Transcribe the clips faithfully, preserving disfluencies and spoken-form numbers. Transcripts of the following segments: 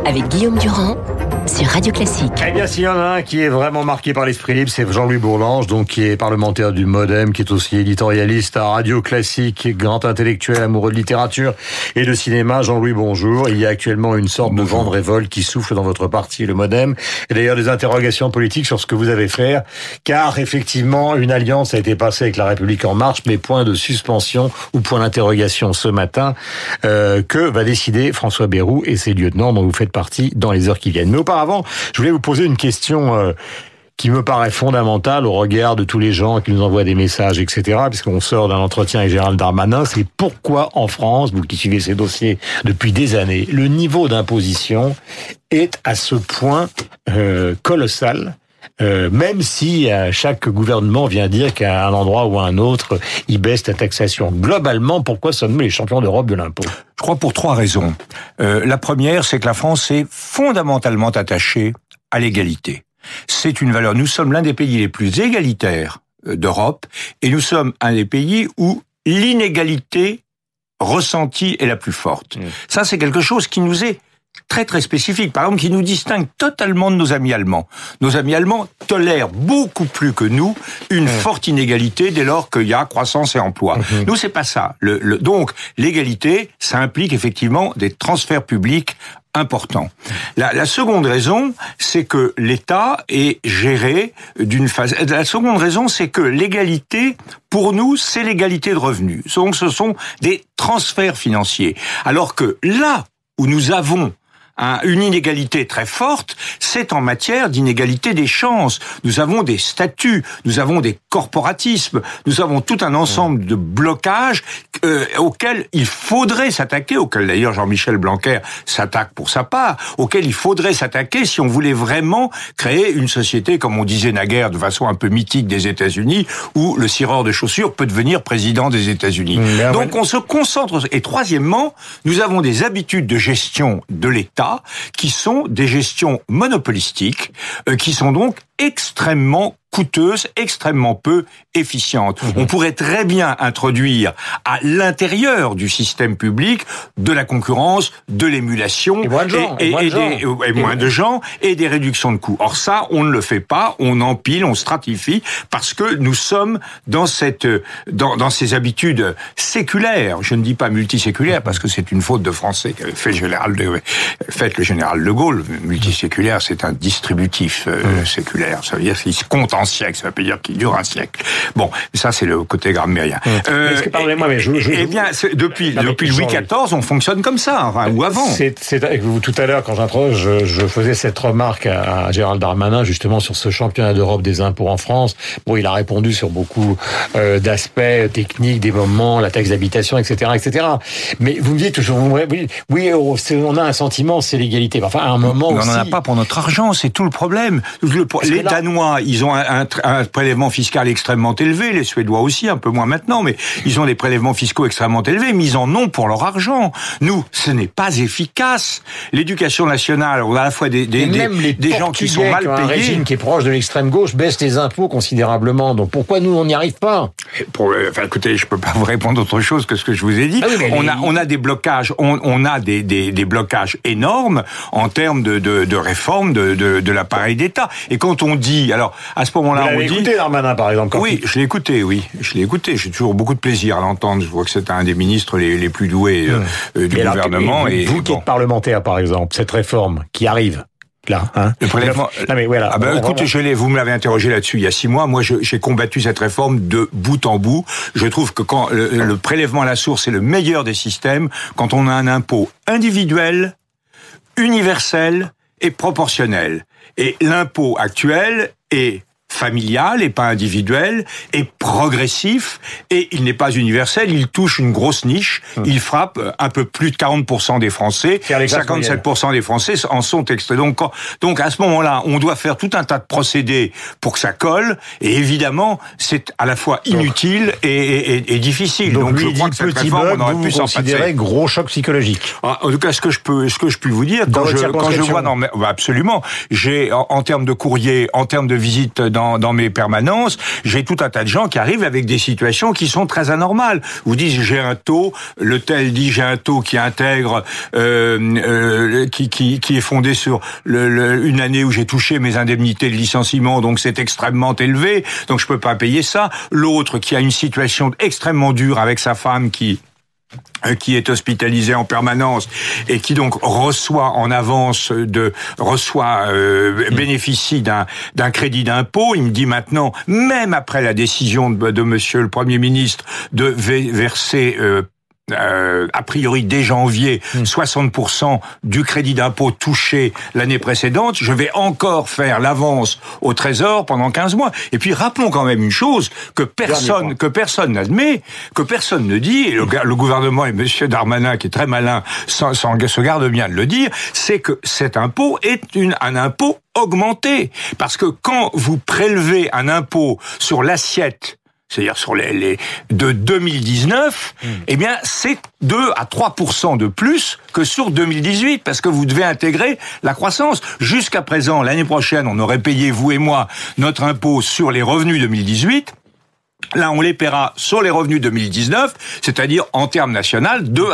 avec Guillaume Durand sur Radio Classique. Eh bien, s'il y en a un qui est vraiment marqué par l'esprit libre, c'est Jean-Louis Bourlange, donc qui est parlementaire du MoDem, qui est aussi éditorialiste à Radio Classique, grand intellectuel, amoureux de littérature et de cinéma. Jean-Louis, bonjour. Il y a actuellement une sorte de vent de révolte qui souffle dans votre parti, le MoDem, et d'ailleurs des interrogations politiques sur ce que vous allez faire, car effectivement, une alliance a été passée avec La République En Marche, mais point de suspension ou point d'interrogation ce matin, euh, que va décider François Bayrou et ses lieutenants dont vous faites partie dans les heures qui viennent. Mais auparavant, je voulais vous poser une question euh, qui me paraît fondamentale au regard de tous les gens qui nous envoient des messages, et cetera, puisqu'on sort d'un entretien avec Gérald Darmanin, c'est pourquoi en France, vous qui suivez ces dossiers depuis des années, le niveau d'imposition est à ce point euh, colossal. Euh, même si euh, chaque gouvernement vient dire qu'à un endroit ou à un autre, il baisse la taxation. Globalement, pourquoi sommes-nous les champions d'Europe de l'impôt ? Je crois pour trois raisons. Euh, la première, c'est que la France est fondamentalement attachée à l'égalité. C'est une valeur. Nous sommes l'un des pays les plus égalitaires d'Europe et nous sommes un des pays où l'inégalité ressentie est la plus forte. Mmh. Ça, c'est quelque chose qui nous est très très spécifique, par exemple, qui nous distingue totalement de nos amis allemands. Nos amis allemands tolèrent beaucoup plus que nous une mmh. forte inégalité dès lors qu'il y a croissance et emploi. Mmh. Nous, c'est pas ça. Le, le, donc, l'égalité, ça implique effectivement des transferts publics important. La, la seconde raison, c'est que l'État est géré d'une phase. La seconde raison, c'est que l'égalité, pour nous, c'est l'égalité de revenus. Donc, ce sont des transferts financiers. Alors que là où nous avons une inégalité très forte, c'est en matière d'inégalité des chances. Nous avons des statuts, nous avons des corporatismes, nous avons tout un ensemble de blocages euh, auxquels il faudrait s'attaquer, auxquels d'ailleurs Jean-Michel Blanquer s'attaque pour sa part, auxquels il faudrait s'attaquer si on voulait vraiment créer une société, comme on disait naguère de façon un peu mythique des États-Unis, où le cireur de chaussures peut devenir président des États-Unis. Mmh, Donc on se concentre. Et troisièmement, nous avons des habitudes de gestion de l'État qui sont des gestions monopolistiques, euh, qui sont donc extrêmement coûteuses, extrêmement peu efficientes. Mmh. On pourrait très bien introduire à l'intérieur du système public de la concurrence, de l'émulation, et moins de gens, et, et, et moins, et de, des, gens. Et moins de gens et des réductions de coûts. Or ça, on ne le fait pas, on empile, on stratifie, parce que nous sommes dans cette, dans, dans ces habitudes séculaires. Je ne dis pas multiséculaires parce que c'est une faute de français qu'avait fait le général de, fait le général de Gaulle. Multiséculaire, c'est un distributif euh, mmh. séculaire. Ça veut dire qu'il se compte en siècle, ça veut dire qu'il dure un siècle. Bon, ça c'est le côté grammairien. Mmh. Euh, Est-ce que, pardonnez-moi, mais je... je eh bien, depuis, non, depuis Louis quatorze, on fonctionne comme ça, enfin, ou avant. C'est, c'est, vous, tout à l'heure, quand j'introduis, je, je faisais cette remarque à, à Gérald Darmanin, justement, sur ce championnat d'Europe des impôts en France. Bon, il a répondu sur beaucoup euh, d'aspects techniques, des moments, la taxe d'habitation, et cetera, et cetera. Mais vous me dites toujours, oui, oui, on a un sentiment, c'est l'égalité. Enfin, à un moment mais aussi... on n'en a pas pour notre argent, c'est tout le problème. Le, les là... Danois, ils ont un, un, un prélèvement fiscal extrêmement élevé, les Suédois aussi, un peu moins maintenant, mais ils ont des prélèvements fiscaux extrêmement élevés, mais ils en ont pour leur argent. Nous, ce n'est pas efficace. L'éducation nationale, on a à la fois des, des, des, les des gens qui sont mal qui ont payés. Un régime qui est proche de l'extrême gauche baisse les impôts considérablement. Donc pourquoi nous, on n'y arrive pas ? Pour, enfin, écoutez, je peux pas vous répondre autre chose que ce que je vous ai dit. Ah oui, on, les... a, on a des blocages, on, on a des, des, des blocages énormes en termes de, de, de réforme de, de, de l'appareil d'État. Et quand on dit, alors à ce moment-là, vous on dit. Écouté Darmanin, par exemple. Oui, il... je l'ai écouté, oui, je l'ai écouté. J'ai toujours beaucoup de plaisir à l'entendre. Je vois que c'est un des ministres les, les plus doués mmh. euh, du et gouvernement. Alors, et vous, et, vous qui bon. êtes parlementaire, par exemple, cette réforme qui arrive. Là, hein. Le prélèvement. Non mais voilà. Ah ben, écoutez, je l'ai. Vous me l'avez interrogé là-dessus il y a six mois. Moi, je, j'ai combattu cette réforme de bout en bout. Je trouve que quand le, le prélèvement à la source est le meilleur des systèmes, quand on a un impôt individuel, universel et proportionnel. Et l'impôt actuel est familial et pas individuel, et progressif, et il n'est pas universel, il touche une grosse niche, hum. il frappe un peu plus de quarante pour cent des Français, cinquante-sept pour cent des Français en sont extraits. Donc, donc à ce moment-là, on doit faire tout un tas de procédés pour que ça colle, et évidemment, c'est à la fois inutile et, et, et, et difficile. Donc, donc lui, je crois que cette réforme, bug, on aurait vous pu s'en passer. Gros choc psychologique. Ah, en tout cas, ce que je peux, ce que je puis vous dire, quand je, quand je vois dans, bah absolument, j'ai, en, en termes de courrier, en termes de visite dans dans, dans mes permanences, j'ai tout un tas de gens qui arrivent avec des situations qui sont très anormales. Vous dites j'ai un taux, le tel dit j'ai un taux qui intègre, euh, euh, qui, qui, qui est fondé sur le, le, une année où j'ai touché mes indemnités de licenciement, donc c'est extrêmement élevé, donc je peux pas payer ça. L'autre qui a une situation extrêmement dure avec sa femme qui qui est hospitalisé en permanence et qui donc reçoit en avance de reçoit euh, bénéficie d'un d'un crédit d'impôt. Il me dit maintenant, même après la décision de, de Monsieur le Premier ministre de verser euh, Euh, a priori dès janvier, mmh. soixante pour cent du crédit d'impôt touché l'année précédente, je vais encore faire l'avance au Trésor pendant quinze mois. Et puis rappelons quand même une chose que personne que personne n'admet, que personne ne dit, et le, le gouvernement et Monsieur Darmanin, qui est très malin, s'en, s'en, se garde bien de le dire, c'est que cet impôt est une, un impôt augmenté. Parce que quand vous prélevez un impôt sur l'assiette, c'est-à-dire sur les, les de deux mille dix-neuf, mmh. eh bien c'est deux à trois pour cent de plus que sur deux mille dix-huit, parce que vous devez intégrer la croissance. Jusqu'à présent, l'année prochaine, on aurait payé, vous et moi, notre impôt sur les revenus deux mille dix-huit. Là, on les paiera sur les revenus deux mille dix-neuf, c'est-à-dire en termes national, deux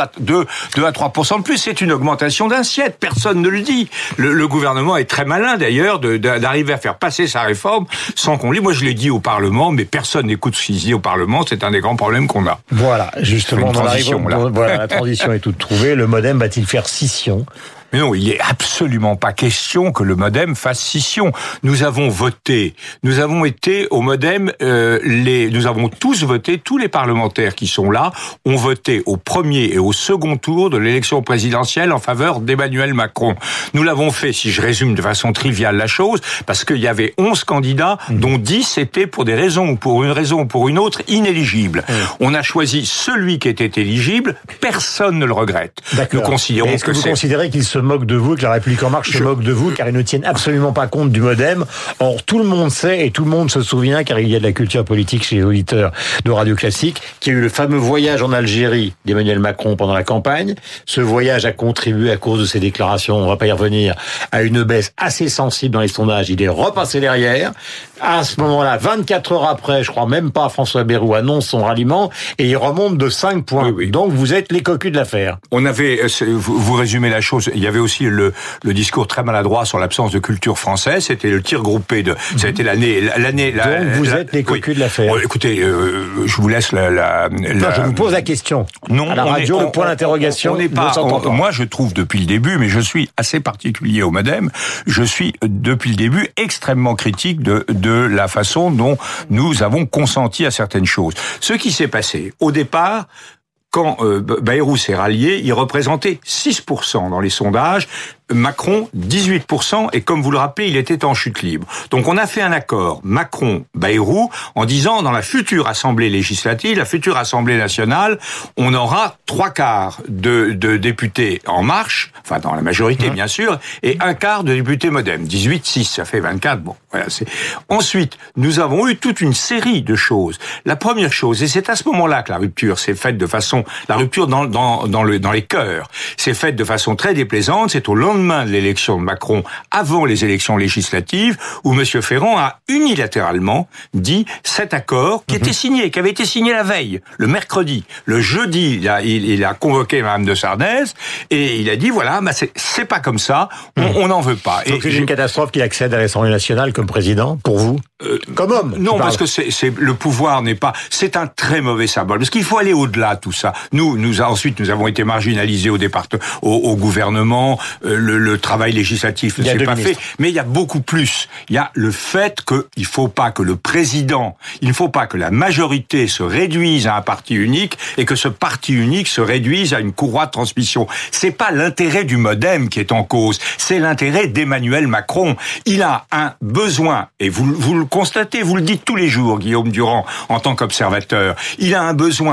à trois pour cent de plus. C'est une augmentation d'assiette. Personne ne le dit. Le, le gouvernement est très malin, d'ailleurs, de, de, d'arriver à faire passer sa réforme sans qu'on l'ait. Moi, je l'ai dit au Parlement, mais personne n'écoute ce qu'il dit au Parlement. C'est un des grands problèmes qu'on a. Voilà, justement, on arrive, voilà, la transition est toute trouvée. Le MoDem va-t-il faire scission ? Mais non, il est absolument pas question que le MoDem fasse scission. Nous avons voté, nous avons été au MoDem, euh, les, nous avons tous voté, tous les parlementaires qui sont là ont voté au premier et au second tour de l'élection présidentielle en faveur d'Emmanuel Macron. Nous l'avons fait, si je résume de façon triviale la chose, parce qu'il y avait onze candidats, mmh. dont dix étaient pour des raisons, pour une raison ou pour une autre, inéligibles. Mmh. On a choisi celui qui était éligible, personne ne le regrette. D'accord. Nous considérons est-ce que, que vous c'est... considérez qu'il se moque de vous, que la République En Marche je... se moque de vous, car ils ne tiennent absolument pas compte du MoDem. Or, tout le monde sait et tout le monde se souvient, car il y a de la culture politique chez les auditeurs de Radio Classique, qu'il y a eu le fameux voyage en Algérie d'Emmanuel Macron pendant la campagne. Ce voyage a contribué, à cause de ses déclarations, on va pas y revenir, à une baisse assez sensible dans les sondages. Il est repassé derrière. À ce moment-là, vingt-quatre heures après, je crois même pas, François Bayrou annonce son ralliement et il remonte de cinq points. Oui, oui. Donc, vous êtes les cocus de l'affaire. On avait, vous, vous résumez la chose, il y avait aussi le, le discours très maladroit sur l'absence de culture française, c'était le tir groupé de, mmh. ça a été l'année, l'année, Donc, la, vous la, êtes les cocus oui. de l'affaire. Bon, écoutez, euh, je vous laisse la, la, non, la... je vous pose la question. Non, à la radio, est, le point d'interrogation. On n'est pas, on, moi, je trouve depuis le début, mais je suis assez particulier au MoDem, je suis depuis le début extrêmement critique de, de la façon dont nous avons consenti à certaines choses. Ce qui s'est passé, au départ, quand euh, Bayrou s'est rallié, il représentait six pour cent dans les sondages, Macron dix-huit pour cent, et comme vous le rappelez, il était en chute libre. Donc on a fait un accord Macron-Bayrou en disant dans la future Assemblée législative, la future Assemblée nationale, on aura trois quarts de, de députés En Marche, enfin dans la majorité mmh. bien sûr, et un quart de députés MoDem. dix-huit six, ça fait vingt-quatre, bon, voilà. C'est... Ensuite, nous avons eu toute une série de choses. La première chose, et c'est à ce moment-là que la rupture s'est faite de façon, la rupture dans, dans, dans, le, dans les cœurs, s'est faite de façon très déplaisante, c'est au lendemain de l'élection de Macron, avant les élections législatives, où M. Ferrand a unilatéralement dit cet accord qui mmh. était signé, qui avait été signé la veille, le mercredi. Le jeudi, il a, il, il a convoqué Mme de Sarnez et il a dit voilà, bah c'est, c'est pas comme ça, on n'en mmh. veut pas. Donc et c'est une catastrophe qu'il accède à l'Assemblée nationale comme président, pour vous euh, Comme homme Non, parce que c'est, c'est, le pouvoir n'est pas... C'est un très mauvais symbole, parce qu'il faut aller au-delà de tout ça. Nous, nous ensuite, nous avons été marginalisés au, départ, au, au gouvernement, euh, Le, le travail législatif ne s'est pas fait, mais il y a beaucoup plus. Il y a le fait qu'il ne faut pas que le président, il ne faut pas que la majorité se réduise à un parti unique et que ce parti unique se réduise à une courroie de transmission. C'est pas l'intérêt du MoDem qui est en cause, c'est l'intérêt d'Emmanuel Macron. Il a un besoin, et vous, vous le constatez, vous le dites tous les jours, Guillaume Durand, en tant qu'observateur, il a un besoin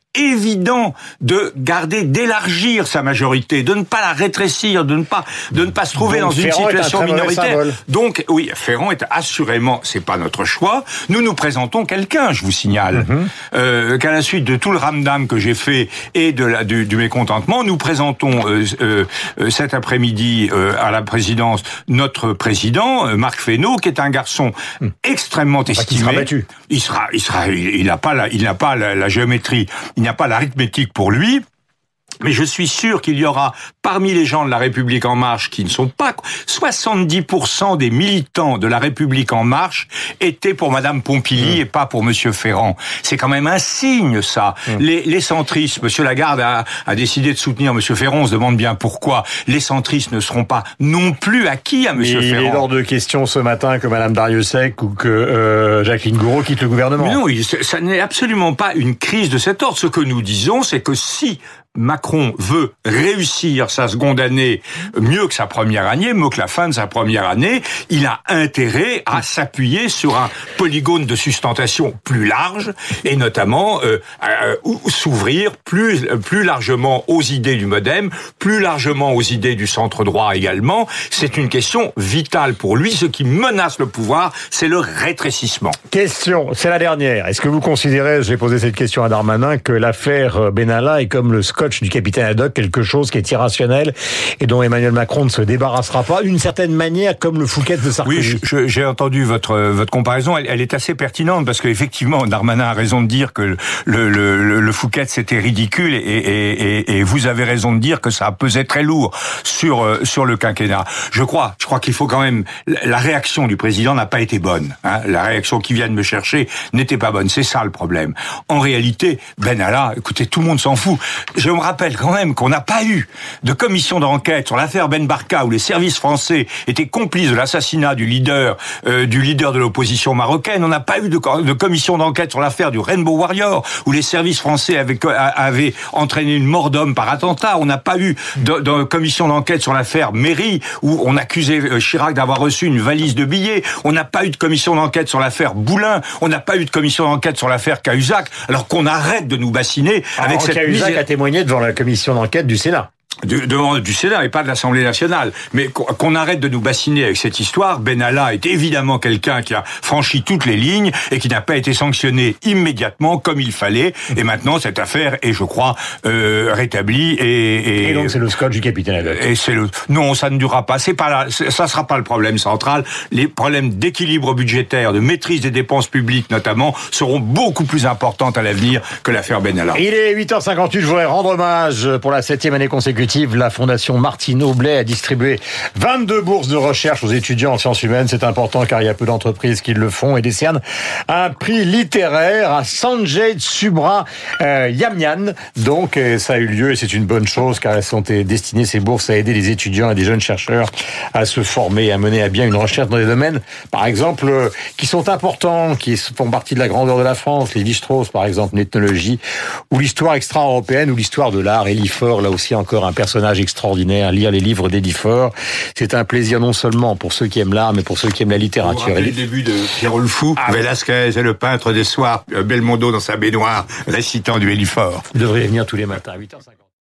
évident de garder, d'élargir sa majorité, de ne pas la rétrécir, de ne pas, de ne pas se trouver Donc, dans une Ferrand situation minoritaire. Donc, oui, Ferrand est assurément, c'est pas notre choix. Nous nous présentons quelqu'un, je vous signale, mm-hmm. euh, qu'à la suite de tout le ramdam que j'ai fait et de la, du, du mécontentement, nous présentons euh, euh, cet après-midi euh, à la présidence notre président, euh, Marc Fesneau, qui est un garçon mm. extrêmement enfin, estimé. Il sera battu. Il sera, il sera, il n'a pas la, il n'a pas la, la géométrie. Il n'y a pas l'arithmétique pour lui. Mais je suis sûr qu'il y aura, parmi les gens de la République En Marche, qui ne sont pas... soixante-dix pour cent des militants de la République En Marche étaient pour Madame Pompili mmh. et pas pour Monsieur Ferrand. C'est quand même un signe, ça. Mmh. Les, les centristes, Monsieur Lagarde a, a décidé de soutenir Monsieur Ferrand, on se demande bien pourquoi. Les centristes ne seront pas non plus acquis à Monsieur Mais Ferrand. Il est hors de question ce matin que Madame Dariussecq ou que euh, Jacqueline Gouraud quittent le gouvernement. Mais non, ça n'est absolument pas une crise de cet ordre. Ce que nous disons, c'est que si Macron veut réussir sa seconde année mieux que sa première année, mieux que la fin de sa première année, il a intérêt à s'appuyer sur un polygone de sustentation plus large et notamment euh, euh, s'ouvrir plus plus largement aux idées du MoDem, plus largement aux idées du centre droit également. C'est une question vitale pour lui. Ce qui menace le pouvoir, c'est le rétrécissement. Question, c'est la dernière. Est-ce que vous considérez, j'ai posé cette question à Darmanin, que l'affaire Benalla est comme le coach du capitaine Haddock, quelque chose qui est irrationnel et dont Emmanuel Macron ne se débarrassera pas, d'une certaine manière comme le Fouquet de Sarkozy? Oui, je, je, j'ai entendu votre votre comparaison, elle, elle est assez pertinente parce qu'effectivement, Darmanin a raison de dire que le, le, le, le Fouquet c'était ridicule et, et, et, et vous avez raison de dire que ça pesait très lourd sur sur le quinquennat. Je crois, je crois qu'il faut quand même, la réaction du président n'a pas été bonne. Hein, la réaction qui vient de me chercher n'était pas bonne. C'est ça le problème. En réalité, Benalla, écoutez, tout le monde s'en fout. Je me rappelle quand même qu'on n'a pas eu de commission d'enquête sur l'affaire Ben Barka où les services français étaient complices de l'assassinat du leader euh, du leader de l'opposition marocaine. On n'a pas eu de, de commission d'enquête sur l'affaire du Rainbow Warrior où les services français avaient, avaient entraîné une mort d'homme par attentat. On n'a pas eu de, de commission d'enquête sur l'affaire Méry où on accusait Chirac d'avoir reçu une valise de billets. On n'a pas eu de commission d'enquête sur l'affaire Boulin. On n'a pas eu de commission d'enquête sur l'affaire Cahuzac. Alors qu'on arrête de nous bassiner avec Alors, cette Cahuzac misère... a témoigné devant la commission d'enquête du Sénat. Du, devant du Sénat et pas de l'Assemblée nationale. Mais qu'on arrête de nous bassiner avec cette histoire. Benalla est évidemment quelqu'un qui a franchi toutes les lignes et qui n'a pas été sanctionné immédiatement comme il fallait. Et maintenant, cette affaire est, je crois, euh, rétablie. Et, et, et donc, c'est le scotch du capitaine Haddock. Et c'est le, non, ça ne durera pas. C'est pas là, ça sera pas le problème central. Les problèmes d'équilibre budgétaire, de maîtrise des dépenses publiques notamment, seront beaucoup plus importantes à l'avenir que l'affaire Benalla. Il est huit heures cinquante-huit. Je voudrais rendre hommage pour la septième année consécutive. La Fondation Martine Aublet a distribué vingt-deux bourses de recherche aux étudiants en sciences humaines. C'est important car il y a peu d'entreprises qui le font et décernent un prix littéraire à Sanjay Subra euh, Yamyan. Donc ça a eu lieu et c'est une bonne chose car elles sont destinées, ces bourses, à aider les étudiants et des jeunes chercheurs à se former et à mener à bien une recherche dans des domaines, par exemple, euh, qui sont importants, qui font partie de la grandeur de la France. Lévi-Strauss, par exemple, l'ethnologie, ou l'histoire extra-européenne, ou l'histoire de l'art. Élie Faure, là aussi encore un personnage extraordinaire. Lire les livres d'Élie Faure, c'est un plaisir non seulement pour ceux qui aiment l'art, mais pour ceux qui aiment la littérature. Vous vous le début de Pierrot le Fou, ah, Velasquez est le peintre des soirs, Belmondo dans sa baignoire, récitant du Élie Faure. Vous devriez venir tous les matins à huit heures cinquante.